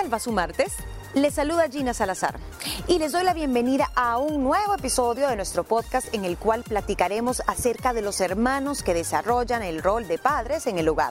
tal va su martes? Les saluda Gina Salazar y les doy la bienvenida a un nuevo episodio de nuestro podcast en el cual platicaremos acerca de los hermanos que desarrollan el rol de padres en el hogar.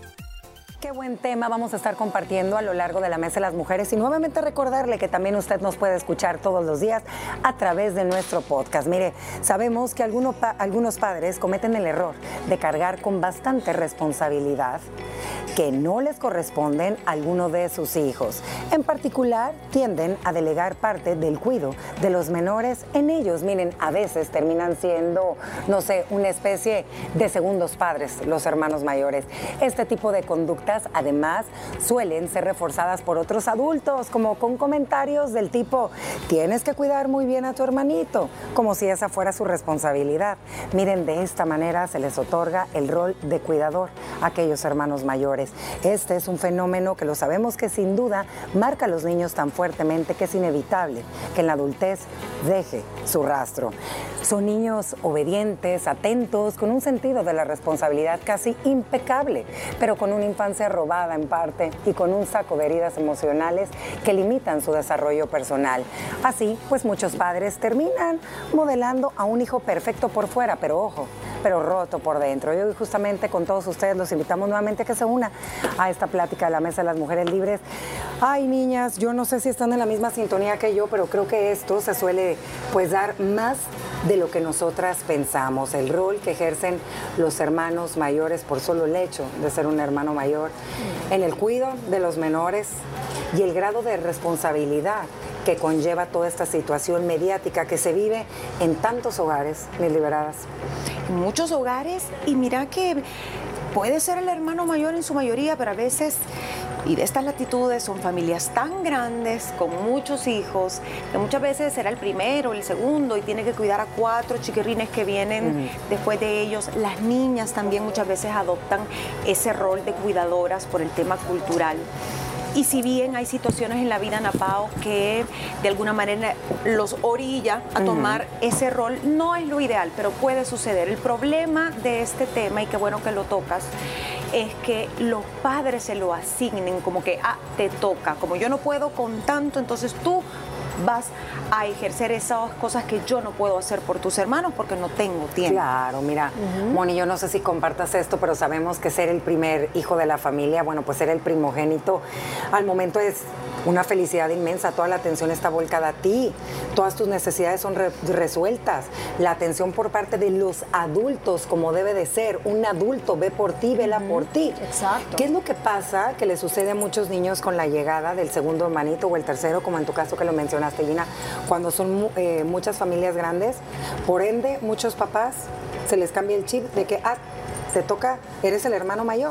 Qué buen tema vamos a estar compartiendo a lo largo de la Mesa de las Mujeres y nuevamente recordarle que también usted nos puede escuchar todos los días a través de nuestro podcast. Mire, sabemos que algunos padres cometen el error de cargar con bastante responsabilidad que no les corresponden a alguno de sus hijos. En particular, tienden a delegar parte del cuidado de los menores en ellos. Miren, a veces terminan siendo, no sé, una especie de segundos padres, los hermanos mayores. Este tipo de conductas, además, suelen ser reforzadas por otros adultos, como con comentarios del tipo, tienes que cuidar muy bien a tu hermanito, como si esa fuera su responsabilidad. Miren, de esta manera se les otorga el rol de cuidador a aquellos hermanos mayores. Este es un fenómeno que lo sabemos que sin duda marca a los niños tan fuertemente que es inevitable que en la adultez deje su rastro. Son niños obedientes, atentos, con un sentido de la responsabilidad casi impecable, pero con una infancia robada en parte y con un saco de heridas emocionales que limitan su desarrollo personal. Así, pues muchos padres terminan modelando a un hijo perfecto por fuera, pero ojo, pero roto por dentro. Y hoy justamente con todos ustedes los invitamos nuevamente a que se una a esta plática de la Mesa de las Mujeres Libres. Ay, niñas, yo no sé si están en la misma sintonía que yo, pero creo que esto se suele pues dar más de lo que nosotras pensamos. El rol que ejercen los hermanos mayores por solo el hecho de ser un hermano mayor en el cuidado de los menores y el grado de responsabilidad que conlleva toda esta situación mediática que se vive en tantos hogares, mis liberadas. En muchos hogares, y mira que puede ser el hermano mayor en su mayoría, pero a veces, y de estas latitudes, son familias tan grandes, con muchos hijos, que muchas veces será el primero, el segundo, y tiene que cuidar a 4 chiquirrines que vienen después de ellos. Las niñas también muchas veces adoptan ese rol de cuidadoras por el tema cultural. Y si bien hay situaciones en la vida, Napao, que de alguna manera los orilla a tomar ese rol, no es lo ideal, pero puede suceder. El problema de este tema, y qué bueno que lo tocas, es que los padres se lo asignen como que, te toca, como yo no puedo con tanto, entonces tú vas a ejercer esas cosas que yo no puedo hacer por tus hermanos porque no tengo tiempo. Claro, mira, Moni, yo no sé si compartas esto, pero sabemos que ser el primer hijo de la familia, bueno, pues ser el primogénito, al momento es una felicidad inmensa, toda la atención está volcada a ti, todas tus necesidades son resueltas, la atención por parte de los adultos, como debe de ser, un adulto ve por ti, vela por ti. Exacto. ¿Qué es lo que pasa que le sucede a muchos niños con la llegada del segundo hermanito o el tercero, como en tu caso que lo mencionaste, Gina, cuando son muchas familias grandes? Por ende, muchos papás se les cambia el chip de que, te toca, eres el hermano mayor.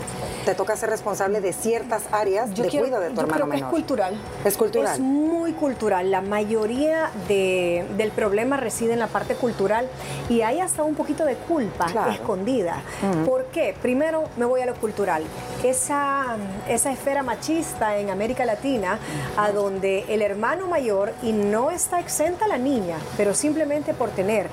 Te toca ser responsable de ciertas áreas de cuidado de tu hermano menor. Yo creo que es cultural. Es cultural. Es muy cultural. La mayoría del problema reside en la parte cultural y hay hasta un poquito de culpa escondida. ¿Por qué? Primero me voy a lo cultural. Esa esfera machista en América Latina, a donde el hermano mayor, y no está exenta la niña, pero simplemente por tener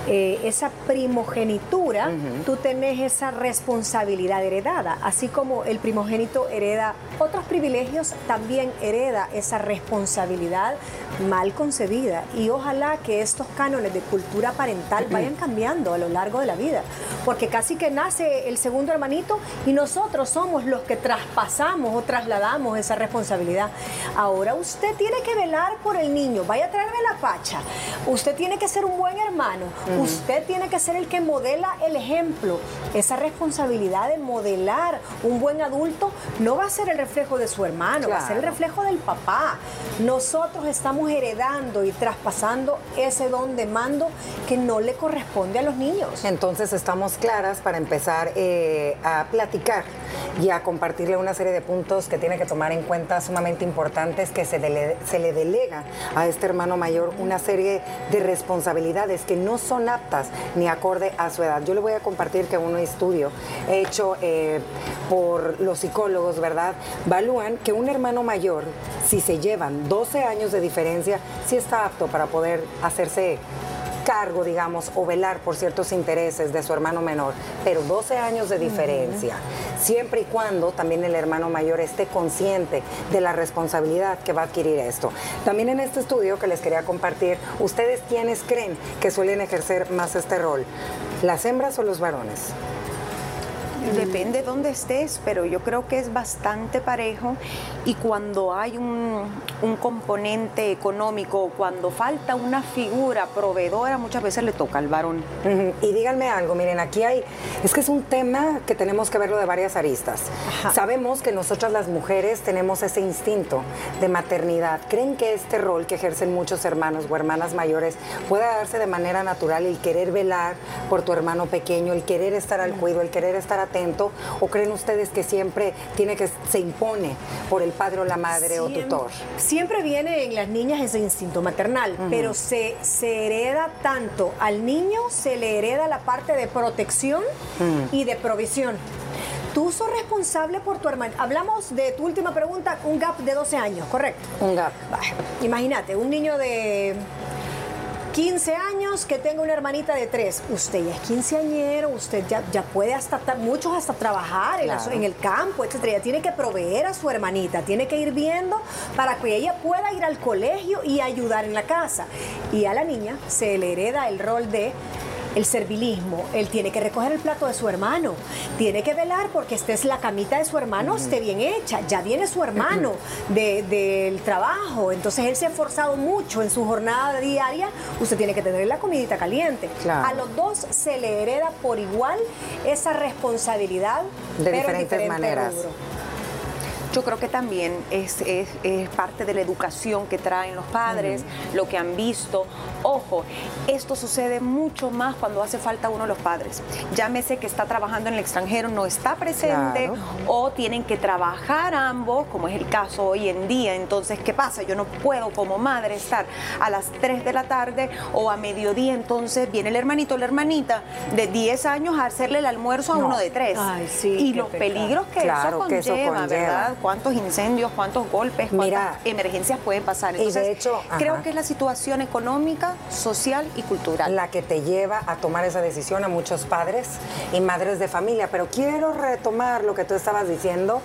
esa primogenitura, tú tenés esa responsabilidad heredada, así como el primogénito hereda otros privilegios, también hereda esa responsabilidad mal concebida. Y ojalá que estos cánones de cultura parental vayan cambiando a lo largo de la vida, porque casi que nace el segundo hermanito y nosotros somos los que traspasamos o trasladamos esa responsabilidad. Ahora usted tiene que velar por el niño, vaya a traerme la pacha, usted tiene que ser un buen hermano, usted tiene que ser el que modela el ejemplo. Esa responsabilidad de modelar un buen adulto no va a ser el reflejo de su hermano, va a ser el reflejo del papá. Nosotros estamos heredando y traspasando ese don de mando que no le corresponde a los niños. Entonces estamos claras para empezar a platicar y a compartirle una serie de puntos que tiene que tomar en cuenta sumamente importantes, que se le delega a este hermano mayor una serie de responsabilidades que no son aptas ni acorde a su edad. Yo le voy a compartir que un estudio hecho por los psicólogos, ¿verdad?, valúan que un hermano mayor, si se llevan 12 años de diferencia, sí está apto para poder hacerse cargo, digamos, o velar por ciertos intereses de su hermano menor, pero 12 años de diferencia, siempre y cuando también el hermano mayor esté consciente de la responsabilidad que va a adquirir esto. También en este estudio que les quería compartir, ¿ustedes quiénes creen que suelen ejercer más este rol? ¿Las hembras o los varones? Depende de dónde estés, pero yo creo que es bastante parejo, y cuando hay un componente económico, cuando falta una figura proveedora, muchas veces le toca al varón. Y díganme algo, miren, aquí es que es un tema que tenemos que verlo de varias aristas. Ajá. Sabemos que nosotras las mujeres tenemos ese instinto de maternidad. ¿Creen que este rol que ejercen muchos hermanos o hermanas mayores pueda darse de manera natural, el querer velar por tu hermano pequeño, el querer estar al cuidado, el querer estar atento? ¿O creen ustedes que siempre se impone por el padre o la madre o tutor? Siempre viene en las niñas ese instinto maternal, pero se hereda tanto. Al niño se le hereda la parte de protección y de provisión. Tú sos responsable por tu hermano. Hablamos de tu última pregunta, un gap de 12 años, ¿correcto? Un gap. Imagínate, un niño de 15 años que tenga una hermanita de 3. Usted ya es quinceañero, usted ya puede muchos hasta trabajar en el campo, etcétera. Ya tiene que proveer a su hermanita, tiene que ir viendo para que ella pueda ir al colegio y ayudar en la casa. Y a la niña se le hereda el rol de el servilismo. Él tiene que recoger el plato de su hermano, tiene que velar porque la camita de su hermano esté bien hecha. Ya viene su hermano del trabajo, entonces él se ha esforzado mucho en su jornada diaria. Usted tiene que tener la comidita caliente. Claro. A los dos se le hereda por igual esa responsabilidad, de diferentes maneras. Rubro. Yo creo que también es parte de la educación que traen los padres, lo que han visto. Ojo, esto sucede mucho más cuando hace falta uno de los padres. Llámese que está trabajando en el extranjero, no está presente, o tienen que trabajar ambos, como es el caso hoy en día. Entonces, ¿qué pasa? Yo no puedo como madre estar a las 3 de la tarde o a mediodía, entonces viene el hermanito o la hermanita de 10 años a hacerle el almuerzo a uno de 3. Ay, sí, y los peligros que eso conlleva, ¿verdad? Cuántos incendios, cuántos golpes, cuántas emergencias pueden pasar. Entonces, y de hecho, creo que es la situación económica, social y cultural la que te lleva a tomar esa decisión a muchos padres y madres de familia. Pero quiero retomar lo que tú estabas diciendo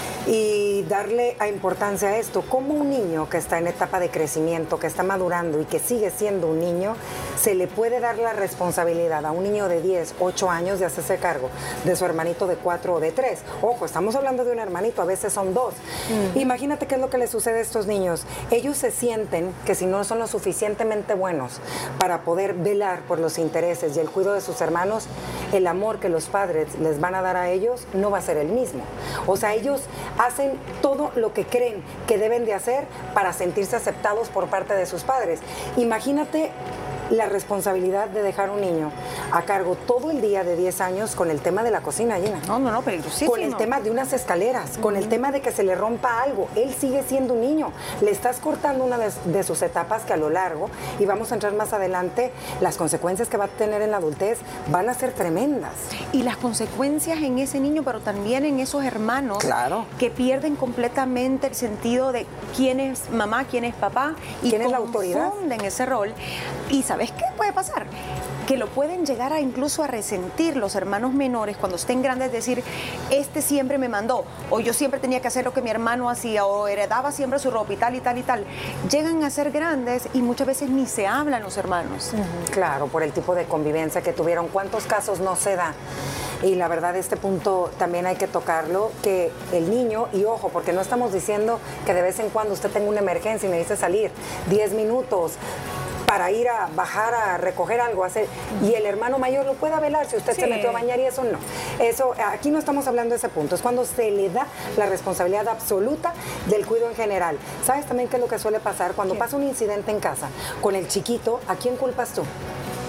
y darle importancia a esto. Como un niño que está en etapa de crecimiento, que está madurando y que sigue siendo un niño, se le puede dar la responsabilidad a un niño de 10, 8 años de hacerse cargo de su hermanito de 4 o de 3. Ojo, estamos hablando de un hermanito, a veces son 2. Imagínate qué es lo que les sucede a estos niños. Ellos se sienten que si no son lo suficientemente buenos para poder velar por los intereses y el cuidado de sus hermanos, el amor que los padres les van a dar a ellos no va a ser el mismo. O sea, ellos hacen todo lo que creen que deben de hacer para sentirse aceptados por parte de sus padres. Imagínate la responsabilidad de dejar un niño a cargo todo el día de 10 años con el tema de la cocina llena. No, peligrosísimo. Con el tema de unas escaleras, con el tema de que se le rompa algo. Él sigue siendo un niño. Le estás cortando una de sus etapas que a lo largo, y vamos a entrar más adelante, las consecuencias que va a tener en la adultez van a ser tremendas. Y las consecuencias en ese niño, pero también en esos hermanos que pierden completamente el sentido de quién es mamá, quién es papá, y quién es la autoridad, confunden ese rol. Y ¿sabes qué puede pasar? Que lo pueden llegar a incluso a resentir los hermanos menores cuando estén grandes, decir, este siempre me mandó, o yo siempre tenía que hacer lo que mi hermano hacía, o heredaba siempre su ropa y tal y tal y tal. Llegan a ser grandes y muchas veces ni se hablan los hermanos. Claro, por el tipo de convivencia que tuvieron. ¿Cuántos casos no se da? Y la verdad, este punto también hay que tocarlo, que el niño, y ojo, porque no estamos diciendo que de vez en cuando usted tenga una emergencia y necesite salir 10 minutos para ir a bajar a recoger algo, hacer, y el hermano mayor lo pueda velar si usted se metió a bañar y eso no. Eso, aquí no estamos hablando de ese punto, es cuando se le da la responsabilidad absoluta del cuidado en general. ¿Sabes también qué es lo que suele pasar? Cuando pasa un incidente en casa con el chiquito, ¿a quién culpas tú?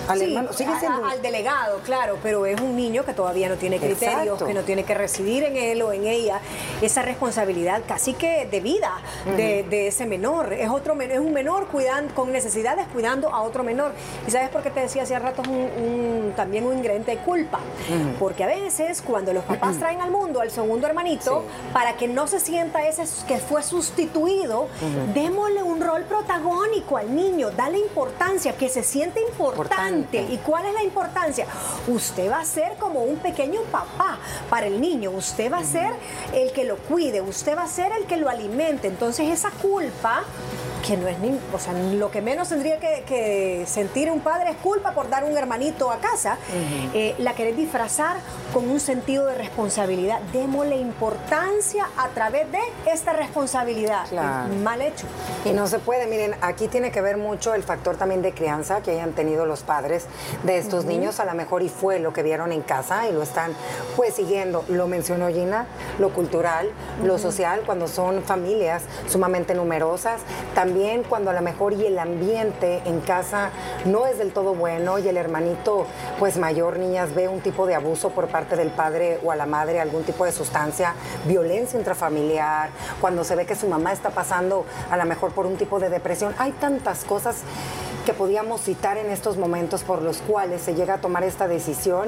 Al hermano, sigue siendo al delegado, claro, pero es un niño que todavía no tiene criterios, exacto, que no tiene que residir en él o en ella. Esa responsabilidad casi que de vida de ese menor. Es un menor con necesidades cuidando a otro menor. ¿Y sabes por qué te decía hace rato? También un ingrediente de culpa. Porque a veces cuando los papás traen al mundo al segundo hermanito, para que no se sienta ese que fue sustituido, démosle un rol protagónico al niño, dale importancia, que se siente importante. ¿Y cuál es la importancia? Usted va a ser como un pequeño papá para el niño, usted va a ser el que lo cuide, usted va a ser el que lo alimente. Entonces esa culpa, que no es o sea, lo que menos tendría que sentir un padre es culpa por dar un hermanito a casa, la querés disfrazar con un sentido de responsabilidad. Démosle importancia a través de esta responsabilidad. Claro. Mal hecho. Y no se puede, miren, aquí tiene que ver mucho el factor también de crianza que hayan tenido los padres de estos niños, a lo mejor y fue lo que vieron en casa y lo están pues siguiendo. Lo mencionó Gina, lo cultural, lo social, cuando son familias sumamente numerosas, también cuando a lo mejor y el ambiente en casa no es del todo bueno y el hermanito pues mayor, niñas, ve un tipo de abuso por parte del padre o a la madre, algún tipo de sustancia, violencia intrafamiliar, cuando se ve que su mamá está pasando a lo mejor por un tipo de depresión. Hay tantas cosas que podíamos citar en estos momentos por los cuales se llega a tomar esta decisión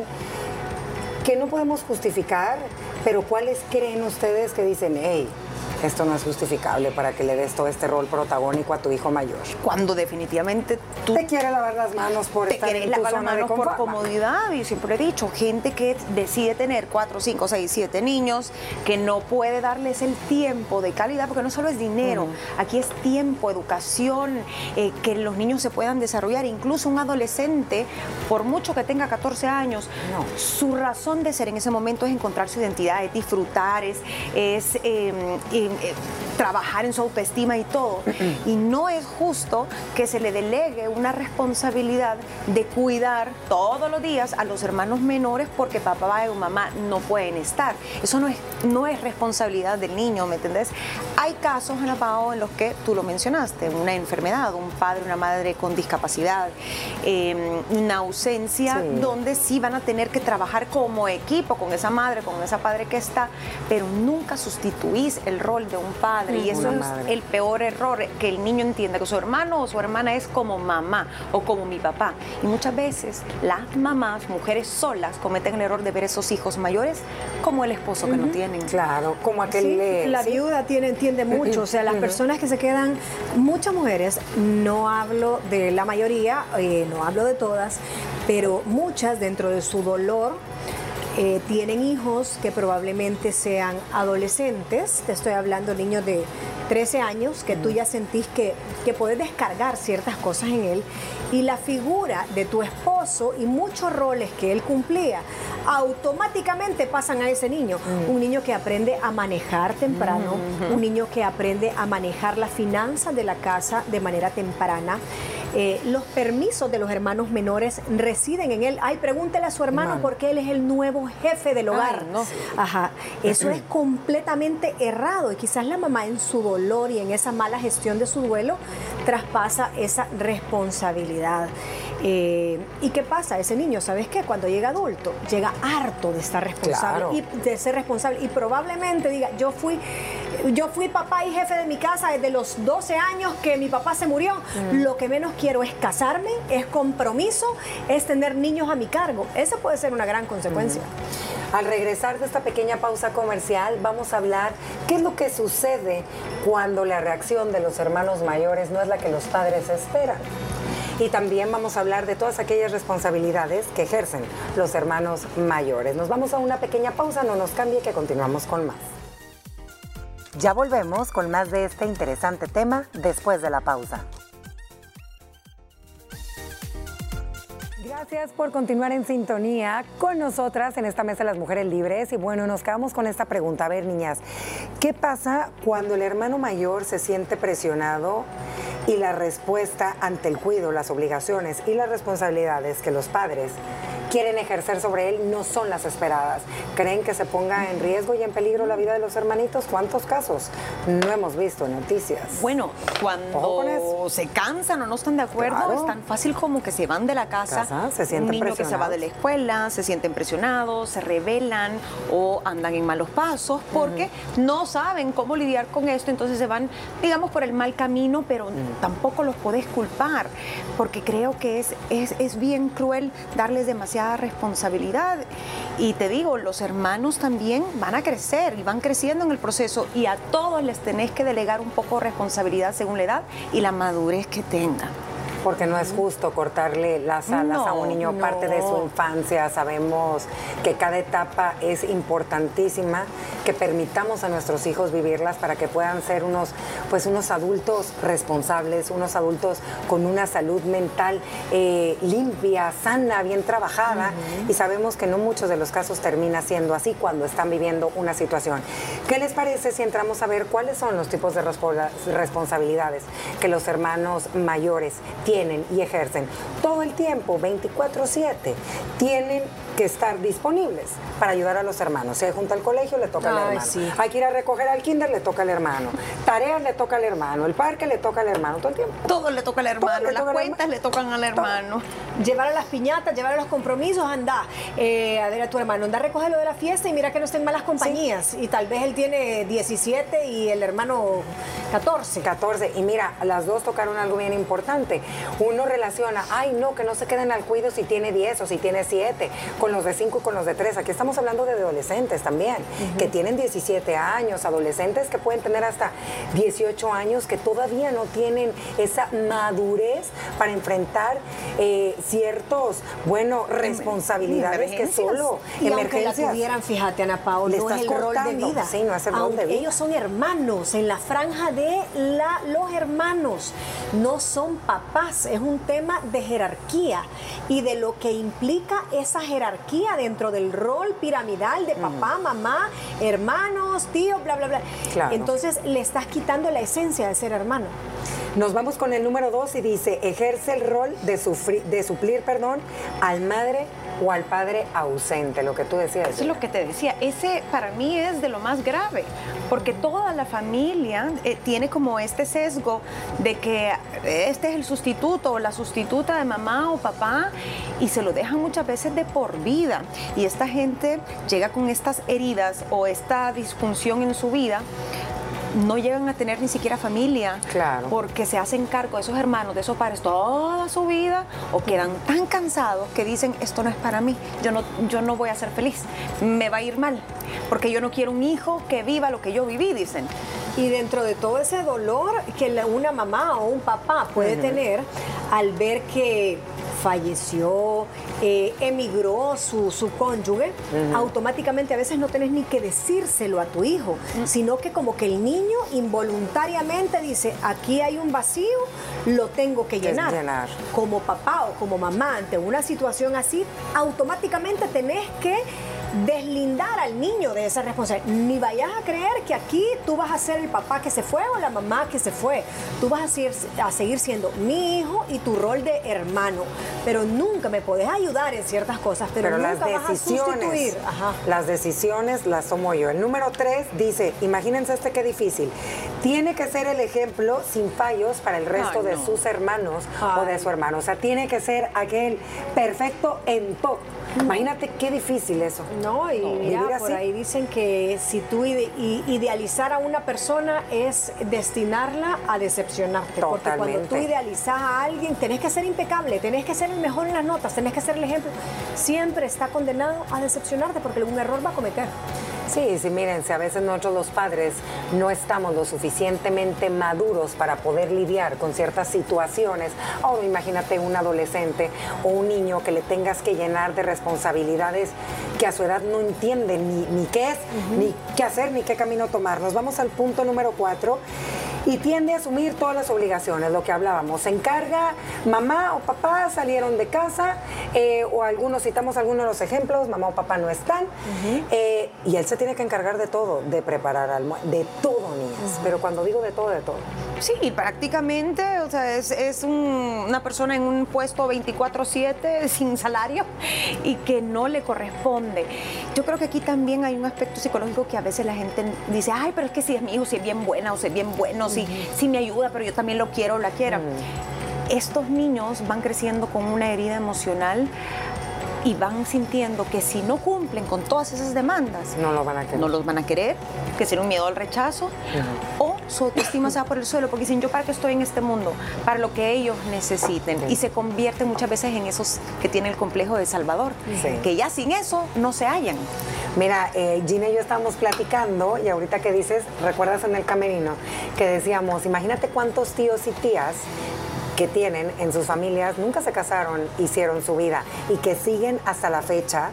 que no podemos justificar, pero ¿cuáles creen ustedes que dicen, hey, esto no es justificable para que le des todo este rol protagónico a tu hijo mayor? Cuando definitivamente tú te quieres lavar las manos por te estar quieres en tu lavar las zona de manos por confort. comodidad. Y siempre he dicho, gente que decide tener 4, 5, 6, 7 niños, que no puede darles el tiempo de calidad, porque no solo es dinero, aquí es tiempo, educación, que los niños se puedan desarrollar. Incluso un adolescente, por mucho que tenga 14 años, su razón de ser en ese momento es encontrar su identidad, es disfrutar, es trabajar en su autoestima y todo. Y no es justo que se le delegue una responsabilidad de cuidar todos los días a los hermanos menores porque papá o mamá no pueden estar. Eso no es responsabilidad del niño, ¿me entendés? Hay casos, Ana Pao, en los que tú lo mencionaste, una enfermedad, un padre, una madre con discapacidad, una ausencia, donde sí van a tener que trabajar como equipo con esa madre, con esa padre que está, pero nunca sustituís el rol de un padre. Y eso es el peor error, que el niño entienda que su hermano o su hermana es como mamá o como mi papá. Y muchas veces las mamás, mujeres solas, cometen el error de ver esos hijos mayores como el esposo que no tienen. Claro, como aquel... la viuda entiende mucho, o sea, las personas que se quedan, muchas mujeres, no hablo de la mayoría, no hablo de todas, pero muchas dentro de su dolor tienen hijos que probablemente sean adolescentes. Te estoy hablando de niños de 13 años, que tú ya sentís que puedes descargar ciertas cosas en él, y la figura de tu esposo y muchos roles que él cumplía automáticamente pasan a ese niño. Un niño que aprende a manejar temprano, un niño que aprende a manejar las finanzas de la casa de manera temprana. Los permisos de los hermanos menores residen en él. Ay, pregúntele a su hermano porque él es el nuevo jefe del hogar. Ay, no. Ajá. Eso es completamente errado, y quizás la mamá en su dolor y en esa mala gestión de su duelo traspasa esa responsabilidad. ¿Y qué pasa? Ese niño, ¿sabes qué? Cuando llega adulto, llega harto de estar responsable, y de ser responsable, y probablemente diga, yo fui papá y jefe de mi casa desde los 12 años que mi papá se murió. Lo que menos quiero es casarme, es compromiso, es tener niños a mi cargo. Esa puede ser una gran consecuencia. Al regresar de esta pequeña pausa comercial, vamos a hablar qué es lo que sucede cuando la reacción de los hermanos mayores no es la que los padres esperan. Y también vamos a hablar de todas aquellas responsabilidades que ejercen los hermanos mayores. Nos vamos a una pequeña pausa, no nos cambie, que continuamos con más. Ya volvemos con más de este interesante tema después de la pausa. Gracias por continuar en sintonía con nosotras en esta Mesa de las Mujeres Libres. Y bueno, nos quedamos con esta pregunta. A ver, niñas, ¿qué pasa cuando el hermano mayor se siente presionado y la respuesta ante el cuidado, las obligaciones y las responsabilidades que los padres quieren ejercer sobre él no son las esperadas. ¿Creen que se ponga en riesgo y en peligro la vida de los hermanitos? ¿Cuántos casos no hemos visto en noticias? Bueno, cuando se cansan o no están de acuerdo, es tan fácil como que se van de la casa. Se sienten un niño que se va de la escuela, se sienten presionados, se rebelan o andan en malos pasos porque no saben cómo lidiar con esto, entonces se van, digamos, por el mal camino, pero tampoco los podés culpar, porque creo que es bien cruel darles demasiada responsabilidad. Y te digo, los hermanos también van a crecer y van creciendo en el proceso, y a todos les tenés que delegar un poco de responsabilidad según la edad y la madurez que tengan. Porque no es justo cortarle las alas a un niño, parte de su infancia. Sabemos que cada etapa es importantísima, que permitamos a nuestros hijos vivirlas para que puedan ser unos adultos responsables, unos adultos con una salud mental limpia, sana, bien trabajada. Y sabemos que no muchos de los casos termina siendo así cuando están viviendo una situación. ¿Qué les parece si entramos a ver cuáles son los tipos de responsabilidades que los hermanos mayores tienen y ejercen todo el tiempo, 24/7? Tienen que estar disponibles para ayudar a los hermanos. Si hay junta al colegio, le toca al hermano. Sí. Hay que ir a recoger al kinder, le toca al hermano. Tareas le toca al hermano. El parque le toca al hermano. Todo el tiempo. Todo le toca al hermano. Las cuentas le tocan al hermano. Llevar a las piñatas, llevar a los compromisos, anda. A ver a tu hermano, anda a recogerlo de la fiesta y mira que no estén malas compañías. Sí. Y tal vez él tiene 17 y el hermano 14. 14. Y mira, las dos tocaron algo bien importante. Uno relaciona, ay no, que no se queden al cuido si tiene 10 o si tiene 7, con los de 5 y con los de 3. Aquí estamos hablando de adolescentes también, que tienen 17 años, adolescentes que pueden tener hasta 18 años, que todavía no tienen esa madurez para enfrentar ciertos, responsabilidades que solo y emergencias. Aunque la tuvieran, fíjate, Ana Paula, no es el rol de vida. Sí, no es el rol de vida. Ellos son hermanos, en la franja de los hermanos, no son papás, es un tema de jerarquía y de lo que implica esa jerarquía dentro del rol piramidal de papá, mamá, hermanos, tíos, bla, bla, bla. Claro. Entonces le estás quitando la esencia de ser hermano. Nos vamos con el número 2 y dice, ejerce el rol de suplir al madre o al padre ausente, lo que tú decías. Eso es lo que te decía. Ese para mí es de lo más grave, porque toda la familia tiene como este sesgo de que este es el sustituto o la sustituta de mamá o papá, y se lo dejan muchas veces de por vida. Y esta gente llega con estas heridas o esta disfunción en su vida, no llegan a tener ni siquiera familia, claro, porque se hacen cargo de esos hermanos, de esos padres toda su vida, o quedan tan cansados que dicen, esto no es para mí, yo no voy a ser feliz, me va a ir mal, porque yo no quiero un hijo que viva lo que yo viví, dicen. Y dentro de todo ese dolor que una mamá o un papá puede tener al ver que falleció, emigró su cónyuge, automáticamente a veces no tenés ni que decírselo a tu hijo, sino que como que el niño involuntariamente dice, aquí hay un vacío, lo tengo que llenar. Como papá o como mamá ante una situación así, automáticamente tenés que deslindar al niño de esa responsabilidad. Ni vayas a creer que aquí tú vas a ser el papá que se fue o la mamá que se fue. Tú vas a seguir siendo mi hijo y tu rol de hermano. Pero nunca me podés ayudar en ciertas cosas, pero nunca vas a sustituir. Las decisiones las tomo yo. El número 3 dice, imagínense qué difícil. Tiene que ser el ejemplo sin fallos para el resto de sus hermanos o de su hermano. O sea, tiene que ser aquel perfecto en todo. Imagínate qué difícil eso. No, y mira, por ahí dicen que si tú idealizar a una persona es destinarla a decepcionarte. Totalmente. Porque cuando tú idealizas a alguien, tenés que ser impecable, tenés que ser el mejor en las notas, tenés que ser el ejemplo. Siempre está condenado a decepcionarte porque algún error va a cometer. Sí, miren, si a veces nosotros los padres no estamos lo suficientemente maduros para poder lidiar con ciertas situaciones, o imagínate un adolescente o un niño que le tengas que llenar de responsabilidades que a su edad no entiende ni qué es, ni qué hacer, ni qué camino tomar. Nos vamos al punto número 4 y tiende a asumir todas las obligaciones, lo que hablábamos. Se encarga mamá o papá, salieron de casa, o algunos, citamos algunos de los ejemplos, mamá o papá no están, y él se tiene que encargar de todo, de preparar almuerzo, de todo, niñas. Pero cuando digo de todo, de todo. Sí, prácticamente, o sea, es una persona en un puesto 24/7 sin salario y que no le corresponde. Yo creo que aquí también hay un aspecto psicológico que a veces la gente dice, ay, pero es que si es mi hijo, si es bien buena o si es bien bueno, si me ayuda, pero yo también lo quiero o la quiero. Estos niños van creciendo con una herida emocional y van sintiendo que si no cumplen con todas esas demandas, no los van a querer. No los van a querer, que tienen un miedo al rechazo, o su autoestima se va por el suelo, porque dicen, yo para qué estoy en este mundo, para lo que ellos necesiten, y se convierten muchas veces en esos que tienen el complejo de Salvador, que ya sin eso no se hallan. Mira, Gina y yo estábamos platicando, y ahorita que dices, recuerdas en el camerino, que decíamos, imagínate cuántos tíos y tías que tienen en sus familias, nunca se casaron, hicieron su vida y que siguen hasta la fecha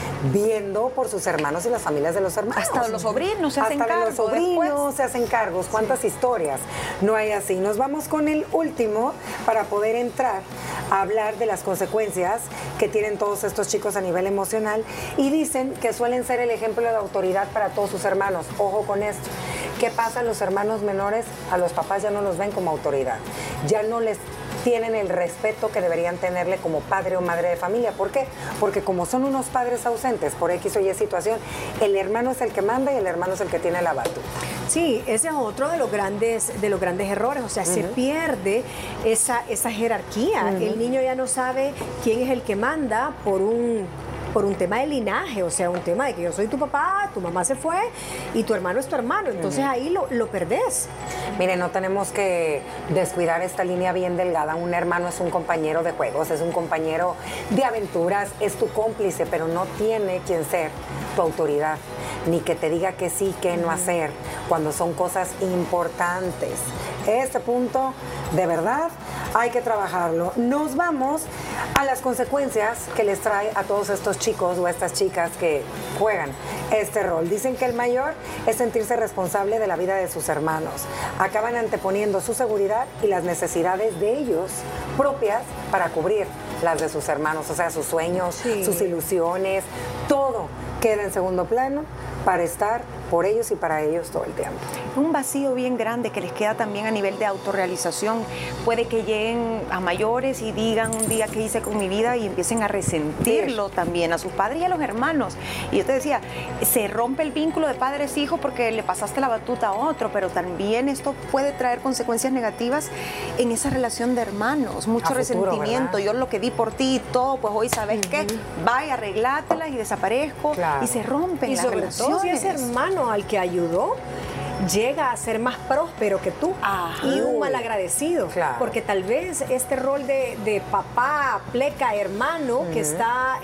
viendo por sus hermanos y las familias de los hermanos. Hasta los sobrinos se hacen cargos. Hasta los sobrinos se hacen cargos. ¿Cuántas historias no hay así? Nos vamos con el último para poder entrar a hablar de las consecuencias que tienen todos estos chicos a nivel emocional, y dicen que suelen ser el ejemplo de autoridad para todos sus hermanos. Ojo con esto. ¿Qué pasa? Los hermanos menores, a los papás ya no los ven como autoridad. Ya no les tienen el respeto que deberían tenerle como padre o madre de familia. ¿Por qué? Porque como son unos padres ausentes por X o Y situación, el hermano es el que manda y el hermano es el que tiene la batuta. Sí, ese es otro de los grandes errores. O sea, se pierde esa jerarquía. El niño ya no sabe quién es el que manda por un tema de linaje, o sea, un tema de que yo soy tu papá, tu mamá se fue y tu hermano es tu hermano, entonces ahí lo perdés. Mire, no tenemos que descuidar esta línea bien delgada. Un hermano es un compañero de juegos, es un compañero de aventuras, es tu cómplice, pero no tiene quien ser tu autoridad, ni que te diga que sí, que no hacer, cuando son cosas importantes. Este punto, de verdad, hay que trabajarlo. Nos vamos a las consecuencias que les trae a todos estos chicos o a estas chicas que juegan este rol. Dicen que el mayor es sentirse responsable de la vida de sus hermanos. Acaban anteponiendo su seguridad y las necesidades de ellos propias para cubrir las de sus hermanos, o sea, sus sueños, sus ilusiones, todo queda en segundo plano para estar por ellos y para ellos todo el tiempo. Un vacío bien grande que les queda también a nivel de autorrealización. Puede que lleguen a mayores y digan un día qué hice con mi vida y empiecen a resentirlo también a sus padres y a los hermanos. Y yo te decía, se rompe el vínculo de padres-hijos porque le pasaste la batuta a otro, pero también esto puede traer consecuencias negativas en esa relación de hermanos, mucho resentimiento. ¿Verdad? Yo lo que di por ti y todo, pues hoy sabes qué, vaya, arreglátelas y desaparezco, y se rompen las relaciones. Todo si ese hermano al que ayudó llega a ser más próspero que tú y un malagradecido, porque tal vez este rol de papá, pleca, hermano que está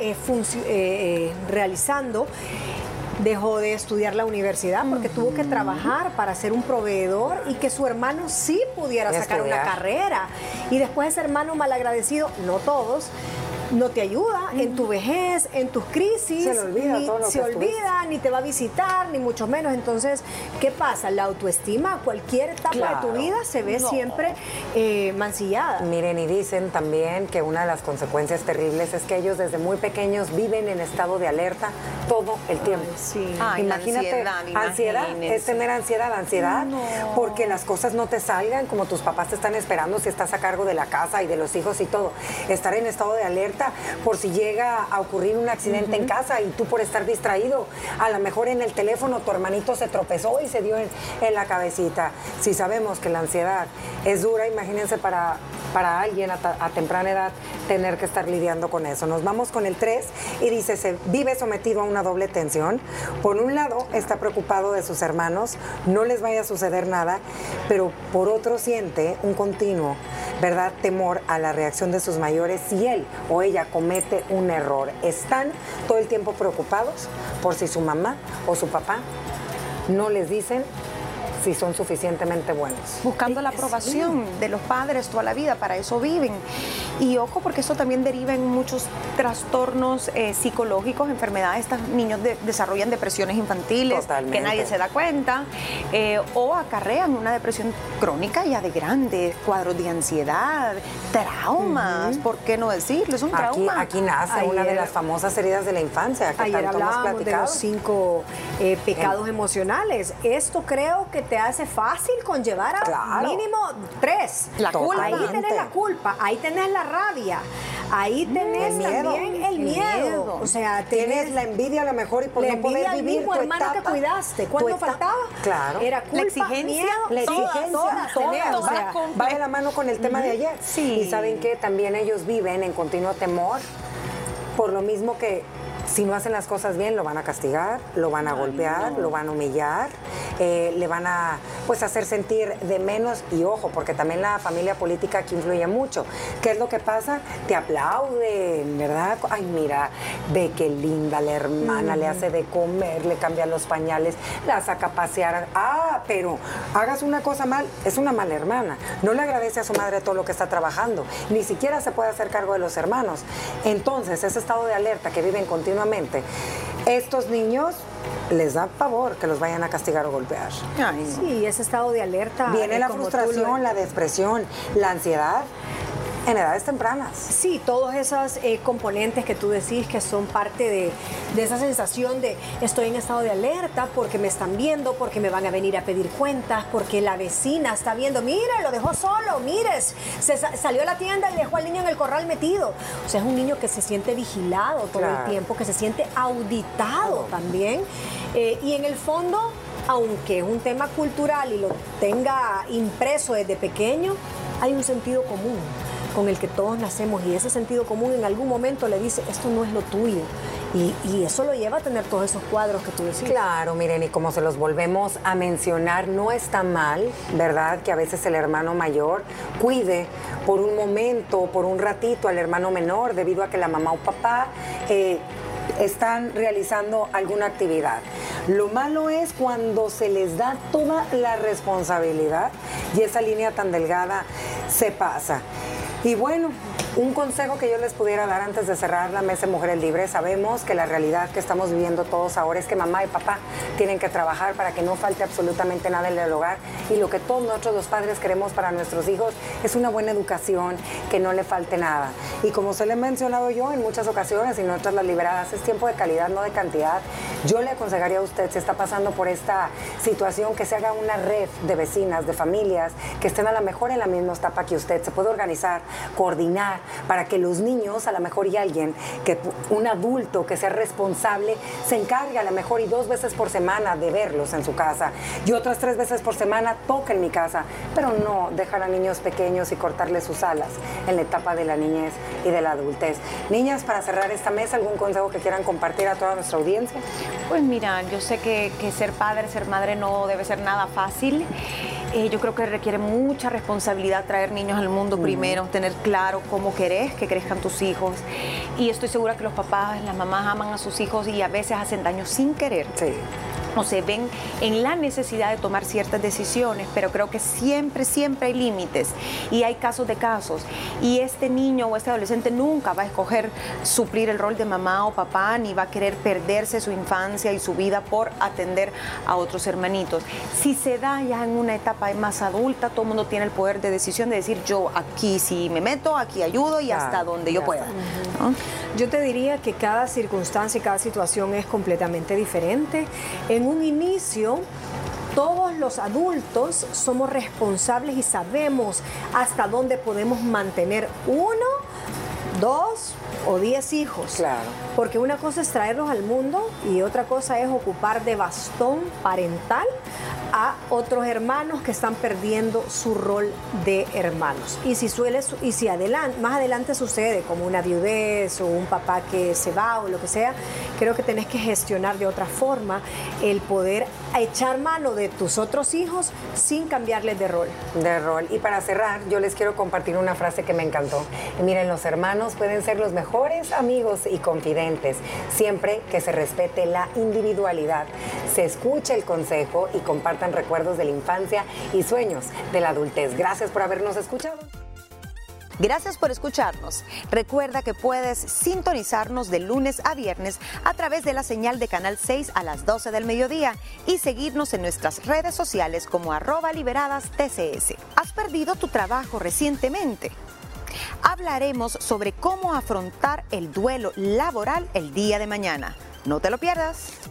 realizando, dejó de estudiar la universidad porque tuvo que trabajar para ser un proveedor y que su hermano sí pudiera sacar una carrera, y después ese hermano malagradecido, no todos, no te ayuda en tu vejez, en tus crisis, se le olvida todo lo que olvida, ni te va a visitar, ni mucho menos. Entonces, ¿qué pasa? La autoestima a cualquier etapa de tu vida se ve siempre mancillada. Miren, y dicen también que una de las consecuencias terribles es que ellos desde muy pequeños viven en estado de alerta todo el tiempo. Imagínate, ansiedad, es tener ansiedad, porque las cosas no te salgan como tus papás te están esperando si estás a cargo de la casa y de los hijos y todo. Estar en estado de alerta por si llega a ocurrir un accidente en casa y tú por estar distraído, a lo mejor en el teléfono tu hermanito se tropezó y se dio en la cabecita. Si sabemos que la ansiedad es dura, imagínense para alguien a temprana edad tener que estar lidiando con eso. Nos vamos con el 3 y dice, se vive sometido a una doble tensión. Por un lado, está preocupado de sus hermanos, no les vaya a suceder nada, pero por otro siente un continuo, ¿verdad?, temor a la reacción de sus mayores si él o ella comete un error. Están todo el tiempo preocupados por si su mamá o su papá no les dicen si son suficientemente buenos. Buscando la aprobación de los padres toda la vida, para eso viven. Y ojo, porque eso también deriva en muchos trastornos psicológicos, enfermedades. Estos niños desarrollan depresiones infantiles. Totalmente. Que nadie se da cuenta, o acarrean una depresión crónica ya de grande, cuadros de ansiedad, traumas, ¿por qué no decirlo? Es un trauma. Aquí nace una de las famosas heridas de la infancia que ayer tanto hemos hablábamos platicado. de los 5 pecados emocionales. Esto creo que te hace fácil conllevar a mínimo 3. La culpa. Ahí tenés la culpa, ahí tenés la rabia, ahí tenés también el miedo. O sea, tienes la envidia a lo mejor y por no poder vivir mismo tu hermano etapa, que cuidaste. ¿Cuándo faltaba? Claro. Era culpa, la exigencia, miedo, la exigencia, todas. O sea, va de la mano con el tema de ayer. Sí. Y saben que también ellos viven en continuo temor, por lo mismo que si no hacen las cosas bien, lo van a castigar, lo van a golpear, lo van a humillar, le van a pues hacer sentir de menos. Y ojo, porque también la familia política aquí influye mucho. ¿Qué es lo que pasa? Te aplauden, ¿verdad? Ay, mira, ve qué linda la hermana, le hace de comer, le cambia los pañales, la saca a pasear. Ah, pero hagas una cosa mal, es una mala hermana. No le agradece a su madre todo lo que está trabajando, ni siquiera se puede hacer cargo de los hermanos. Entonces, ese estado de alerta que viven continuamente, estos niños les da pavor que los vayan a castigar o golpear. Ay, no. Sí, ese estado de alerta. Viene la frustración, la depresión, la ansiedad en edades tempranas. Sí, todos esos componentes que tú decís que son parte de esa sensación de estoy en estado de alerta porque me están viendo, porque me van a venir a pedir cuentas, porque la vecina está viendo, mire, lo dejó solo, mires, salió a la tienda y dejó al niño en el corral metido. O sea, es un niño que se siente vigilado todo el tiempo, que se siente auditado también. Y en el fondo, aunque es un tema cultural y lo tenga impreso desde pequeño, hay un sentido común con el que todos nacemos, y ese sentido común en algún momento le dice, esto no es lo tuyo. Y eso lo lleva a tener todos esos cuadros que tú decís. Claro, miren, y como se los volvemos a mencionar, no está mal, ¿verdad?, que a veces el hermano mayor cuide por un momento, por un ratito al hermano menor, debido a que la mamá o papá están realizando alguna actividad. Lo malo es cuando se les da toda la responsabilidad y esa línea tan delgada se pasa. Y bueno, un consejo que yo les pudiera dar antes de cerrar la mesa de Mujeres Libres: sabemos que la realidad que estamos viviendo todos ahora es que mamá y papá tienen que trabajar para que no falte absolutamente nada en el hogar, y lo que todos nosotros los padres queremos para nuestros hijos es una buena educación, que no le falte nada. Y como se le he mencionado yo en muchas ocasiones, y nosotras las liberadas, es tiempo de calidad, no de cantidad. Yo le aconsejaría a usted, si está pasando por esta situación, que se haga una red de vecinas, de familias que estén a lo mejor en la misma etapa que usted. Se puede organizar, coordinar, para que los niños, a lo mejor, y alguien, que un adulto que sea responsable, se encargue a lo mejor y 2 veces por semana de verlos en su casa, y otras 3 veces por semana toque en mi casa, pero no dejar a niños pequeños y cortarles sus alas en la etapa de la niñez y de la adultez. Niñas, para cerrar esta mesa, ¿algún consejo que quieran compartir a toda nuestra audiencia? Pues mira, yo sé que ser padre, ser madre no debe ser nada fácil. Yo creo que requiere mucha responsabilidad traer niños al mundo primero, tener claro cómo querés que crezcan tus hijos. Y estoy segura que los papás, las mamás aman a sus hijos y a veces hacen daño sin querer. Sí. O se ven en la necesidad de tomar ciertas decisiones, pero creo que siempre hay límites y hay casos de casos. Y este niño o este adolescente nunca va a escoger suplir el rol de mamá o papá, ni va a querer perderse su infancia y su vida por atender a otros hermanitos. Si se da ya en una etapa más adulta, todo el mundo tiene el poder de decisión de decir, yo aquí sí me meto, aquí ayudo y hasta donde yo pueda. ¿No? Yo te diría que cada circunstancia y cada situación es completamente diferente. En un inicio, todos los adultos somos responsables y sabemos hasta dónde podemos mantener 1, 2 o 10 hijos. Claro. Porque una cosa es traerlos al mundo y otra cosa es ocupar de bastón parental a otros hermanos que están perdiendo su rol de hermanos. Y si más adelante sucede como una viudez o un papá que se va o lo que sea, creo que tenés que gestionar de otra forma el poder echar mano de tus otros hijos sin cambiarles de rol. Y para cerrar, yo les quiero compartir una frase que me encantó. Y miren, los hermanos pueden ser los mejores amigos y confidentes, siempre que se respete la individualidad, se escuche el consejo y comparte compartan recuerdos de la infancia y sueños de la adultez. Gracias por habernos escuchado. Gracias por escucharnos. Recuerda que puedes sintonizarnos de lunes a viernes a través de la señal de Canal 6 a las 12 del mediodía y seguirnos en nuestras redes sociales como @liberadasTCS. ¿Has perdido tu trabajo recientemente? Hablaremos sobre cómo afrontar el duelo laboral el día de mañana. No te lo pierdas.